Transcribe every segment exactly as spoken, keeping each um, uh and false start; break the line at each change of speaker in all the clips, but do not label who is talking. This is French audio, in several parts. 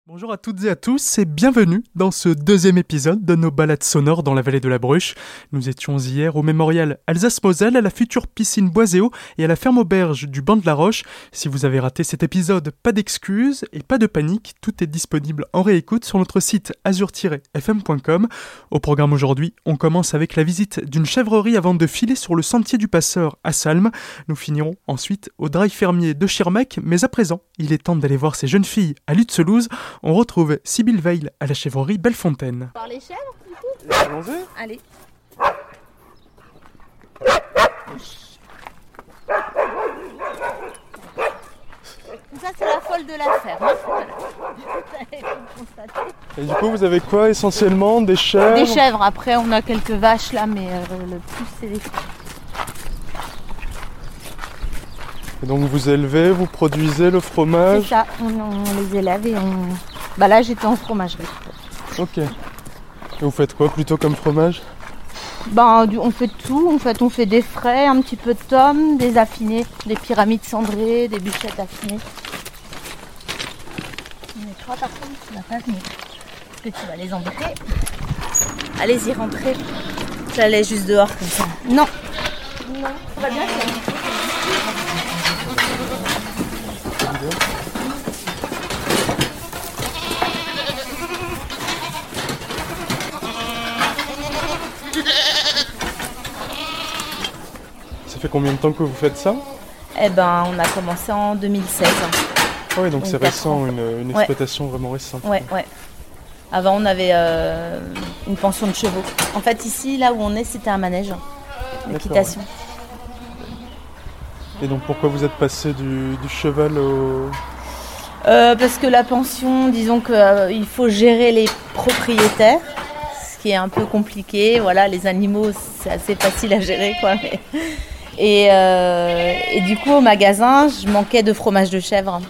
Bonjour à toutes et à tous et bienvenue dans ce deuxième épisode de nos balades sonores dans la vallée de la Bruche. Nous étions hier au mémorial Alsace-Moselle, à la future piscine Boiséo et à la ferme auberge du Banc de la Roche. Si vous avez raté cet épisode, pas d'excuses et pas de panique, tout est disponible en réécoute sur notre site azur tiret f m point com. Au programme aujourd'hui, on commence avec la visite d'une chèvrerie avant de filer sur le sentier du Passeur à Salmes. Nous finirons ensuite au drive fermier de Schirmeck, mais à présent, il est temps d'aller voir ces jeunes filles à Lutzelouse. On retrouve Sybille Veil à la chèvrerie Bellefontaine.
Par les chèvres, du coup ?
Allons-y.
Allez. Ça, c'est la folle de la ferme. Hein. Voilà. Vous avez pu le constater.
Et du coup, vous avez quoi essentiellement? Des chèvres?
Des chèvres, après on a quelques vaches là, mais euh, le plus c'est des chèvres.
Et donc vous élevez, vous produisez le fromage?
C'est ça, on, on les élève et on... Bah là j'étais en fromagerie.
Ok. Et vous faites quoi plutôt comme fromage?
Bah on fait tout, en fait on fait des frais, un petit peu de tomes, des affinés, des pyramides cendrées, des bûchettes affinées. On est trois personnes qui n'ont pas venir. Est-ce que tu vas les embêter? Allez-y, rentrez. J'allais juste dehors comme ça. Non. Non, ça va bien ça.
Ça fait combien de temps que vous faites ça?
Eh ben, on a commencé en deux mille seize.
Ah oui, donc, donc c'est récent, une, une
ouais.
exploitation vraiment récente.
Ouais, ouais. Avant, on avait euh, une pension de chevaux. En fait, ici, là où on est, c'était un manège d'équitation.
Et donc, pourquoi vous êtes passé du, du cheval au...
Euh, parce que la pension, disons qu'il euh, faut gérer les propriétaires, ce qui est un peu compliqué. Voilà, les animaux, c'est assez facile à gérer, quoi. Mais... Et, euh, et du coup, au magasin, je manquais de fromage de chèvre.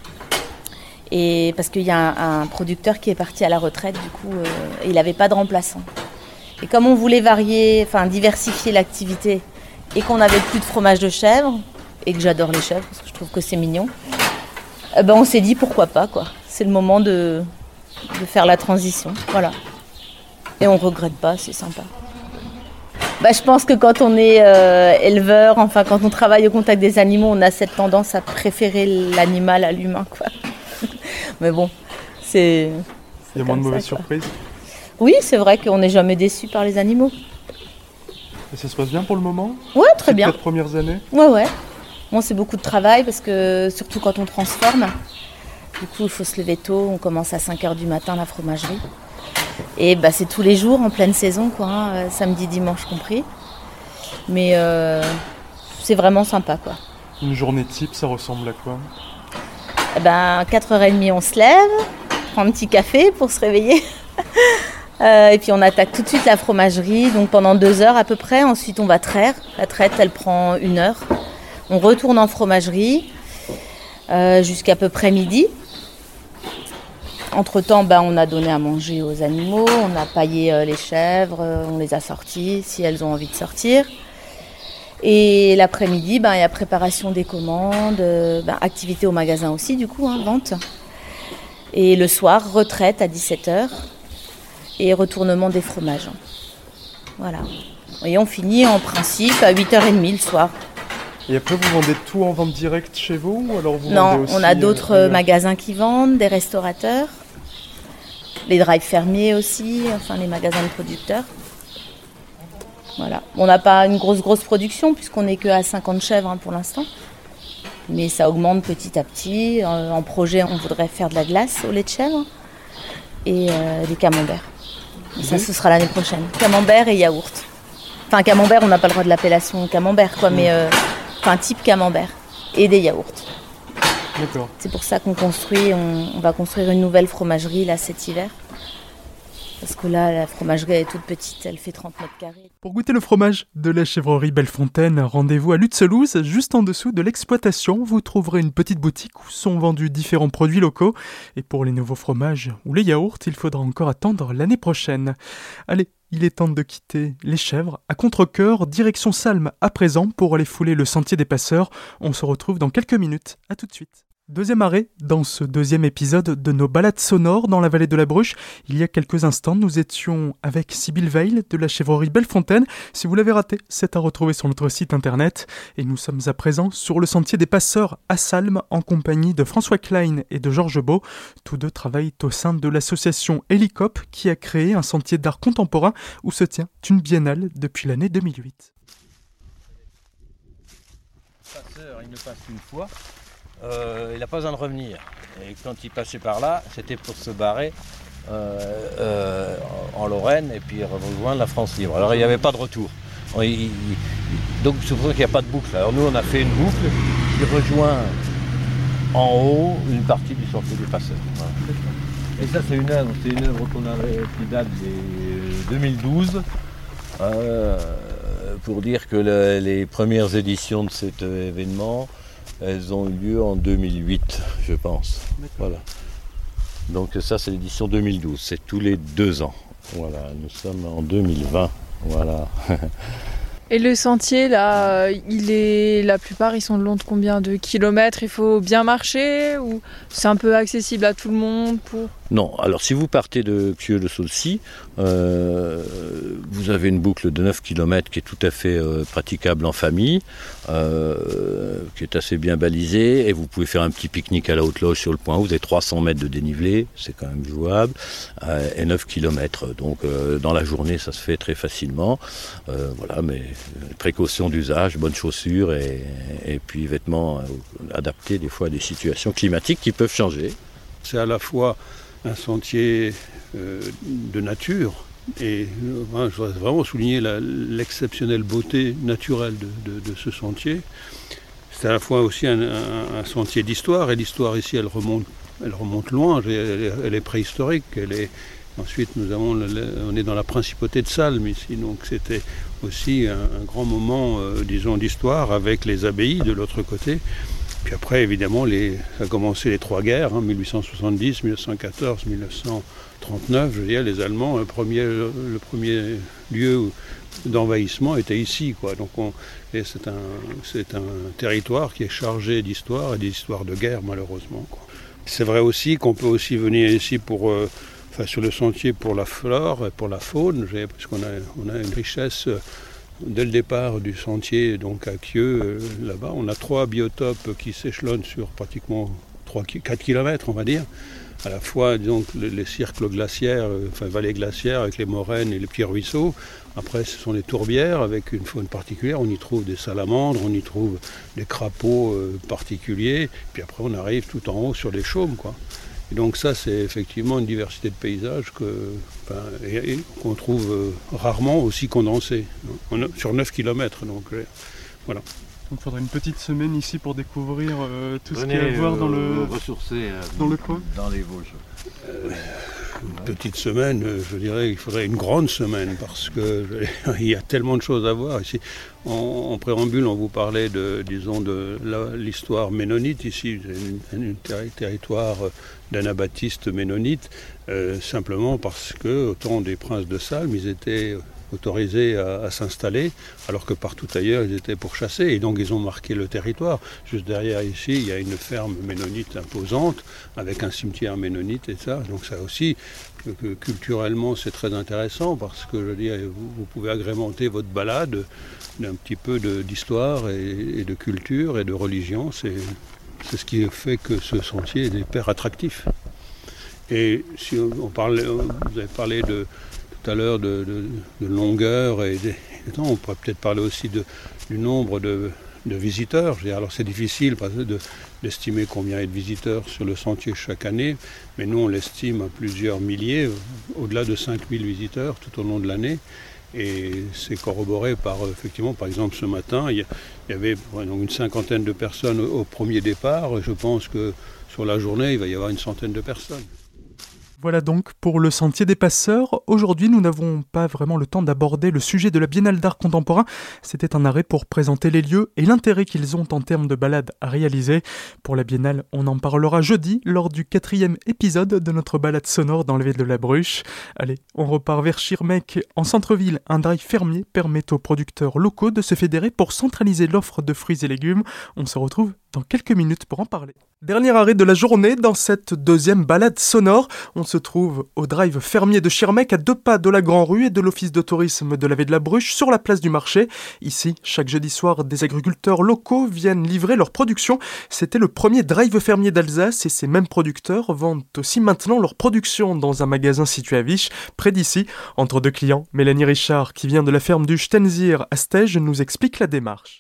Et parce qu'il y a un, un producteur qui est parti à la retraite, du coup, euh, et il n'avait pas de remplaçant. Et comme on voulait varier, enfin diversifier l'activité, et qu'on n'avait plus de fromage de chèvre, et que j'adore les chèvres, parce que je trouve que c'est mignon, eh ben on s'est dit pourquoi pas, quoi. C'est le moment de, de faire la transition, voilà. Et on regrette pas, c'est sympa. Bah, je pense que quand on est euh, éleveur, enfin quand on travaille au contact des animaux, on a cette tendance à préférer l'animal à l'humain, quoi. Mais bon, c'est...
Il y a moins de mauvaises surprises.
Oui, c'est vrai qu'on n'est jamais déçu par les animaux.
Et ça se passe bien pour le moment?
Ouais, très bien.
Les quatre premières années?
Ouais, ouais. Bon, c'est beaucoup de travail parce que, surtout quand on transforme, du coup, il faut se lever tôt. On commence à cinq heures du matin la fromagerie. Et bah, c'est tous les jours en pleine saison, quoi, hein, samedi, dimanche compris. Mais euh, c'est vraiment sympa, quoi.
Une journée type, ça ressemble à quoi?
Eh ben, quatre heures trente, on se lève, on prend un petit café pour se réveiller. euh, et puis on attaque tout de suite la fromagerie, donc pendant deux heures à peu près. Ensuite, on va traire. La traite, elle prend une heure. On retourne en fromagerie euh, jusqu'à peu près midi. Entre-temps, ben, on a donné à manger aux animaux, on a paillé euh, les chèvres, euh, on les a sorties si elles ont envie de sortir. Et l'après-midi, ben, il y a préparation des commandes, euh, ben, activité au magasin aussi, du coup, hein, vente. Et le soir, retraite à dix-sept heures et retournement des fromages. Voilà. Et on finit en principe à huit heures trente le soir.
Et après, vous vendez tout en vente directe chez vous ou alors vous
Non,
vendez aussi,
on a d'autres
euh,
magasins qui vendent, des restaurateurs, les drives fermiers aussi, enfin les magasins de producteurs. Voilà. On n'a pas une grosse grosse production puisqu'on n'est que à cinquante chèvres hein, pour l'instant. Mais ça augmente petit à petit. En projet, on voudrait faire de la glace au lait de chèvre et euh, des camemberts. Et ça, ce sera l'année prochaine. Camembert et yaourt. Enfin, camembert, on n'a pas le droit de l'appellation camembert, quoi, mais euh, enfin type camembert et des yaourts.
D'accord.
C'est pour ça qu'on construit, on, on va construire une nouvelle fromagerie là cet hiver. Parce que là, la fromagerie est toute petite, elle fait trente mètres carrés.
Pour goûter le fromage de la chèvrerie Bellefontaine, rendez-vous à Lutzelouse, juste en dessous de l'exploitation. Vous trouverez une petite boutique où sont vendus différents produits locaux. Et pour les nouveaux fromages ou les yaourts, il faudra encore attendre l'année prochaine. Allez, il est temps de quitter les chèvres. À contre-cœur, direction Salmes à présent pour aller fouler le sentier des passeurs. On se retrouve dans quelques minutes. À tout de suite. Deuxième arrêt dans ce deuxième épisode de nos balades sonores dans la vallée de la Bruche. Il y a quelques instants, nous étions avec Sybille Veil de la chèvrerie Bellefontaine. Si vous l'avez raté, c'est à retrouver sur notre site internet. Et nous sommes à présent sur le sentier des Passeurs à Salmes en compagnie de François Klein et de Georges Beau. Tous deux travaillent au sein de l'association Hélicop qui a créé un sentier d'art contemporain où se tient une biennale depuis l'année deux mille huit.
Passeur, il ne passe qu'une fois. Euh, il n'a pas besoin de revenir. Et quand il passait par là, c'était pour se barrer euh, euh, en Lorraine et puis rejoindre la France libre. Alors il n'y avait pas de retour. Il, il, donc c'est pour ça qu'il n'y a pas de boucle. Alors nous on a fait une boucle qui rejoint en haut une partie du sentier des Passeurs. Voilà. Et ça c'est une œuvre, c'est une œuvre qu'on avait qui date de deux mille douze. Euh, pour dire que le, les premières éditions de cet événement, elles ont eu lieu en deux mille huit, je pense. Voilà. Donc ça, c'est l'édition deux mille douze. C'est tous les deux ans. Voilà. Nous sommes en deux mille vingt. Voilà.
Et le sentier, là, il est, la plupart, ils sont longs de combien de kilomètres? Il faut bien marcher ou c'est un peu accessible à tout le monde pour...
Non, alors si vous partez de Cueux-de-Saulcy, euh, vous avez une boucle de neuf kilomètres qui est tout à fait euh, praticable en famille, euh, qui est assez bien balisée, et vous pouvez faire un petit pique-nique à la Haute-Loge sur le point où vous avez trois cents mètres de dénivelé, c'est quand même jouable, euh, et neuf kilomètres. Donc euh, dans la journée, ça se fait très facilement. Euh, voilà, mais précaution d'usage, bonnes chaussures, et, et puis vêtements adaptés des fois à des situations climatiques qui peuvent changer.
C'est à la fois un sentier euh, de nature et euh, je voudrais vraiment souligner la, l'exceptionnelle beauté naturelle de, de, de ce sentier. C'est à la fois aussi un, un, un sentier d'histoire et l'histoire ici elle remonte, elle remonte loin, elle est, elle est préhistorique. Elle est... Ensuite nous avons, le, on est dans la principauté de Salmes ici, donc c'était aussi un, un grand moment euh, disons d'histoire avec les abbayes de l'autre côté. Puis après, évidemment, les, ça a commencé les trois guerres, hein, mille huit cent soixante-dix, mille neuf cent quatorze, mille neuf cent trente-neuf. Je veux dire, les Allemands, le premier, le, le premier lieu d'envahissement était ici, quoi. Donc, on, et c'est, un, c'est un territoire qui est chargé d'histoire et d'histoire de guerre, malheureusement, quoi. C'est vrai aussi qu'on peut aussi venir ici pour, euh, enfin, sur le sentier pour la flore et pour la faune, parce qu'on a, on a une richesse. Euh, Dès le départ du sentier, donc à Cueux, euh, là-bas, on a trois biotopes qui s'échelonnent sur pratiquement trois, quatre kilomètres, on va dire. À la fois, donc, les, les cercles glaciaires, euh, enfin vallées glaciaires avec les moraines et les petits ruisseaux. Après, ce sont les tourbières avec une faune particulière. On y trouve des salamandres, on y trouve des crapauds euh, particuliers. Puis après, on arrive tout en haut sur les chaumes, quoi. Et donc ça, c'est effectivement une diversité de paysages que, ben, et, et, qu'on trouve euh, rarement aussi condensée, hein, sur neuf kilomètres. Donc euh, voilà.
Donc il faudrait une petite semaine ici pour découvrir euh, tout
Venez,
ce qu'il y a à voir dans
euh,
le,
ressourcer, euh,
dans le coin.
Dans les Vosges.
Euh, une petite semaine, je dirais qu'il faudrait une grande semaine parce qu'il y a tellement de choses à voir ici. En, en préambule, on vous parlait de, disons, de la, l'histoire ménonite ici, un terri- territoire d'anabaptistes ménonites, euh, simplement parce que, au temps des princes de Salmes, ils étaient autorisés à, à s'installer, alors que partout ailleurs, ils étaient pourchassés. Et donc, ils ont marqué le territoire. Juste derrière ici, il y a une ferme ménonite imposante, avec un cimetière ménonite et ça. Donc ça aussi, que, que, culturellement, c'est très intéressant, parce que, je veux dire, vous, vous pouvez agrémenter votre balade d'un petit peu de, d'histoire et, et de culture et de religion. C'est, c'est ce qui fait que ce sentier est hyper attractif. Et si on, on parle, vous avez parlé de tout à l'heure de, de, de longueur et des, non, on pourrait peut-être parler aussi de, du nombre de, de visiteurs. Alors c'est difficile de, d'estimer combien il y a de visiteurs sur le sentier chaque année, mais nous on l'estime à plusieurs milliers, au-delà de cinq mille visiteurs tout au long de l'année. Et c'est corroboré par, effectivement, par exemple ce matin, il y avait donc une cinquantaine de personnes au premier départ. Je pense que sur la journée, il va y avoir une centaine de personnes.
Voilà donc pour le Sentier des Passeurs. Aujourd'hui, nous n'avons pas vraiment le temps d'aborder le sujet de la Biennale d'art contemporain. C'était un arrêt pour présenter les lieux et l'intérêt qu'ils ont en termes de balades à réaliser. Pour la Biennale, on en parlera jeudi lors du quatrième épisode de notre balade sonore dans la ville de la Bruche. Allez, on repart vers Schirmeck. En centre-ville, un drive fermier permet aux producteurs locaux de se fédérer pour centraliser l'offre de fruits et légumes. On se retrouve dans quelques minutes pour en parler. Dernier arrêt de la journée dans cette deuxième balade sonore. On se trouve au drive fermier de Schirmeck, à deux pas de la Grand-Rue et de l'office de tourisme de la Vallée de la Bruche, sur la place du marché. Ici, chaque jeudi soir, des agriculteurs locaux viennent livrer leur production. C'était le premier drive fermier d'Alsace et ces mêmes producteurs vendent aussi maintenant leur production dans un magasin situé à Vich, près d'ici. Entre deux clients, Mélanie Richard, qui vient de la ferme du Stenzir à Stege, nous explique la démarche.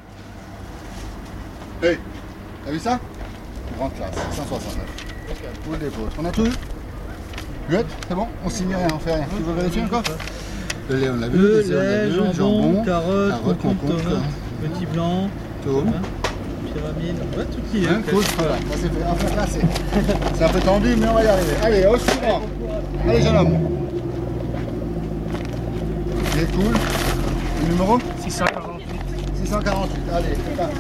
Hey, t'as vu ça? Grande classe, cent soixante-neuf. Vous le dépose. On a tout eu? Good, c'est bon? On signe rien, on fait rien. Tu veux vérifier encore? Le lait, on l'a vu.
Le
les œufs, on l'a
lait,
vu.
jambon,
jambon,
carottes,
carottes,
concombre,
concombre,
petit blanc,
taume.
hein, pyramide, ouais, tout y est.
Hein,
ok.
cool, voilà. Ça c'est fait. Enfin, là, c'est, c'est un peu tendu, mais on va y arriver. Allez, au suivant. Allez, jeune homme. Il est cool. Le numéro? six cent quarante-huit. six cent quarante-huit, allez, c'est parti.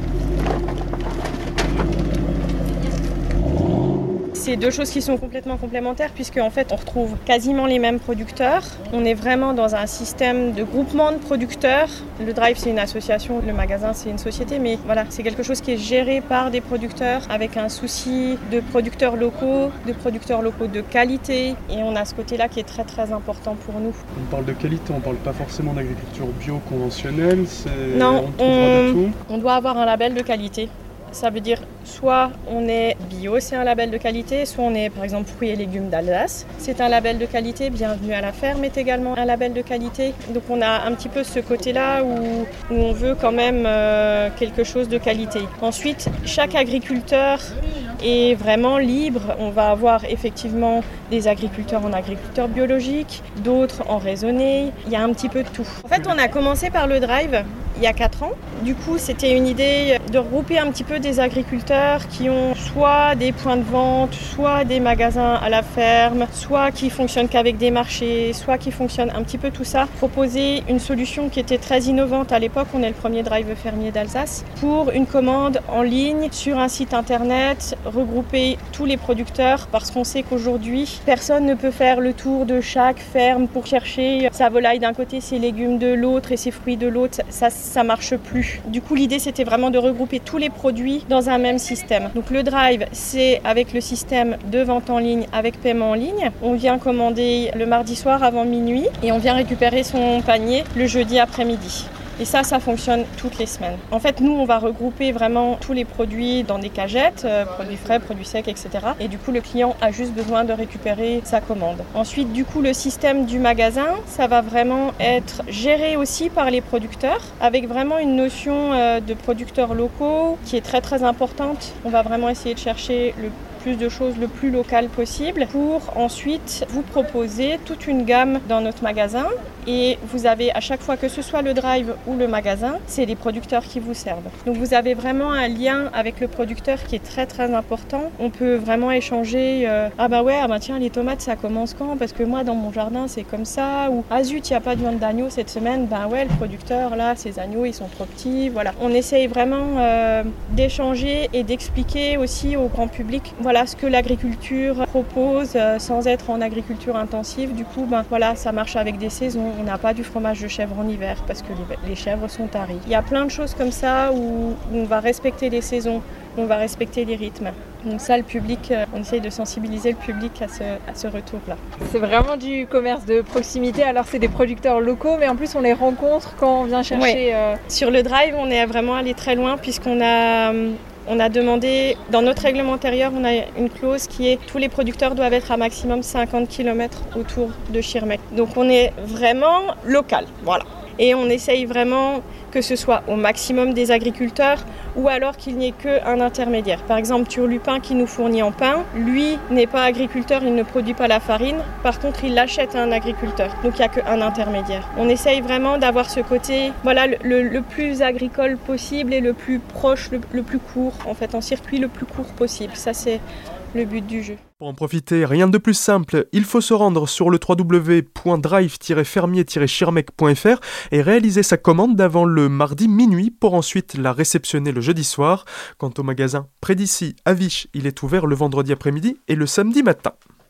C'est deux choses qui sont complètement complémentaires puisque en fait on retrouve quasiment les mêmes producteurs. On est vraiment dans un système de groupement de producteurs. Le drive c'est une association, le magasin c'est une société, mais voilà, c'est quelque chose qui est géré par des producteurs avec un souci de producteurs locaux, de producteurs locaux de qualité, et on a ce côté-là qui est très très important pour nous.
On parle de qualité, on parle pas forcément d'agriculture bio conventionnelle, c'est...
Non,
on trouvera
on...
de tout.
on doit avoir un label de qualité. Ça veut dire soit on est bio, c'est un label de qualité, soit on est par exemple fruits et légumes d'Alsace. C'est un label de qualité, Bienvenue à la ferme est également un label de qualité. Donc on a un petit peu ce côté-là où, où on veut quand même euh, quelque chose de qualité. Ensuite, chaque agriculteur est vraiment libre. On va avoir effectivement des agriculteurs en agriculteur biologique, d'autres en raisonné. Il y a un petit peu de tout. En fait, on a commencé par le drive il y a quatre ans. Du coup, c'était une idée de regrouper un petit peu des agriculteurs qui ont soit des points de vente, soit des magasins à la ferme, soit qui fonctionnent qu'avec des marchés, soit qui fonctionnent un petit peu tout ça. Proposer une solution qui était très innovante à l'époque, on est le premier drive fermier d'Alsace, pour une commande en ligne sur un site internet, regrouper tous les producteurs parce qu'on sait qu'aujourd'hui, personne ne peut faire le tour de chaque ferme pour chercher sa volaille d'un côté, ses légumes de l'autre et ses fruits de l'autre. Ça, ça marche plus. Du coup, l'idée, c'était vraiment de regrouper tous les produits dans un même système. Donc le drive, c'est avec le système de vente en ligne, avec paiement en ligne. On vient commander le mardi soir avant minuit et on vient récupérer son panier le jeudi après-midi. Et ça, ça fonctionne toutes les semaines. En fait, nous, on va regrouper vraiment tous les produits dans des cagettes, euh, produits frais, produits secs, et cetera. Et du coup, le client a juste besoin de récupérer sa commande. Ensuite, du coup, le système du magasin, ça va vraiment être géré aussi par les producteurs, avec vraiment une notion euh, de producteurs locaux qui est très très importante. On va vraiment essayer de chercher le plus de choses le plus local possible pour ensuite vous proposer toute une gamme dans notre magasin. Et vous avez à chaque fois, que ce soit le drive ou le magasin, c'est les producteurs qui vous servent. Donc vous avez vraiment un lien avec le producteur qui est très très important. On peut vraiment échanger, euh, ah bah ouais, ah bah tiens, les tomates ça commence quand? Parce que moi dans mon jardin c'est comme ça. Ou ah zut, il n'y a pas de viande d'agneau cette semaine. Ben ouais, le producteur là, ces agneaux ils sont trop petits. Voilà. On essaye vraiment euh, d'échanger et d'expliquer aussi au grand public voilà, ce que l'agriculture propose euh, sans être en agriculture intensive. Du coup, ben voilà, ça marche avec des saisons. On n'a pas du fromage de chèvre en hiver parce que les, les chèvres sont taries. Il y a plein de choses comme ça où, où on va respecter les saisons, où on va respecter les rythmes. Donc ça, le public, on essaye de sensibiliser le public à ce, à ce retour-là.
C'est vraiment du commerce de proximité. Alors c'est des producteurs locaux, mais en plus on les rencontre quand on vient chercher...
Oui. Euh... Sur le drive, on est vraiment allé très loin puisqu'on a... On a demandé, dans notre règlement intérieur, on a une clause qui est tous les producteurs doivent être à maximum cinquante kilomètres autour de Schirmeck. Donc on est vraiment local, voilà. Et on essaye vraiment que ce soit au maximum des agriculteurs ou alors qu'il n'y ait qu'un intermédiaire. Par exemple, Turlupin qui nous fournit en pain, lui n'est pas agriculteur, il ne produit pas la farine. Par contre, il l'achète à un agriculteur. Donc il n'y a qu'un intermédiaire. On essaye vraiment d'avoir ce côté voilà, le, le, le plus agricole possible et le plus proche, le, le plus court, en fait, en circuit le plus court possible. Ça, c'est le but du jeu.
Pour en profiter, rien de plus simple, il faut se rendre sur le w w w point drive tiret fermier tiret schirmeck point f r et réaliser sa commande avant le mardi minuit pour ensuite la réceptionner le jeudi soir. Quant au magasin près d'ici, à Vich, il est ouvert le vendredi après-midi et le samedi matin.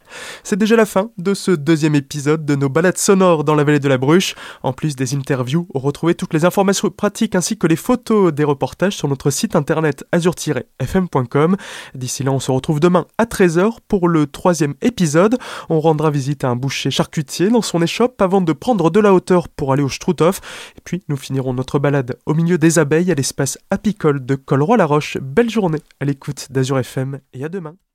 C'est déjà la fin de ce deuxième épisode de nos balades sonores dans la vallée de la Bruche. En plus des interviews, retrouvez toutes les informations pratiques ainsi que les photos des reportages sur notre site internet azur tiret f m point com. D'ici là, on se retrouve demain à treize heures pour le troisième épisode. On rendra visite à un boucher charcutier dans son échoppe avant de prendre de la hauteur pour aller au Struthof. Et puis, nous finirons notre balade au milieu des abeilles à l'espace apicole de Colroy-la-Roche. Belle journée à l'écoute d'Azur F M et à demain.